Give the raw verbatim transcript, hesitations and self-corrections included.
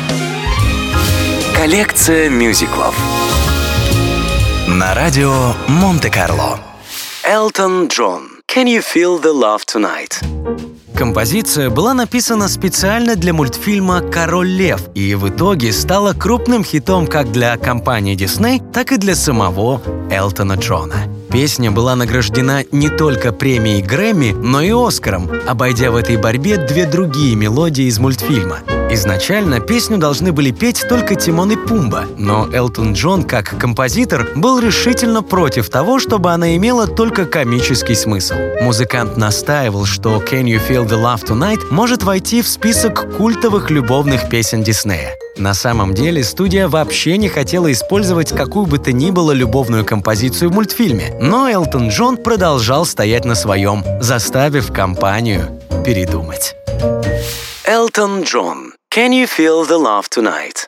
Коллекция мюзиклов на радио Монте-Карло. Элтон Джон. Can you feel the love tonight? Композиция была написана специально для мультфильма «Король лев» и в итоге стала крупным хитом как для компании Disney, так и для самого Элтона Джона. Песня была награждена не только премией Грэмми, но и Оскаром, обойдя в этой борьбе две другие мелодии из мультфильма. Изначально песню должны были петь только Тимон и Пумба, но Элтон Джон, как композитор, был решительно против того, чтобы она имела только комический смысл. Музыкант настаивал, что «Can You Feel the Love Tonight» может войти в список культовых любовных песен Диснея. На самом деле студия вообще не хотела использовать какую бы то ни было любовную композицию в мультфильме, но Элтон Джон продолжал стоять на своем, заставив компанию передумать. Элтон Джон. Can you feel the love tonight?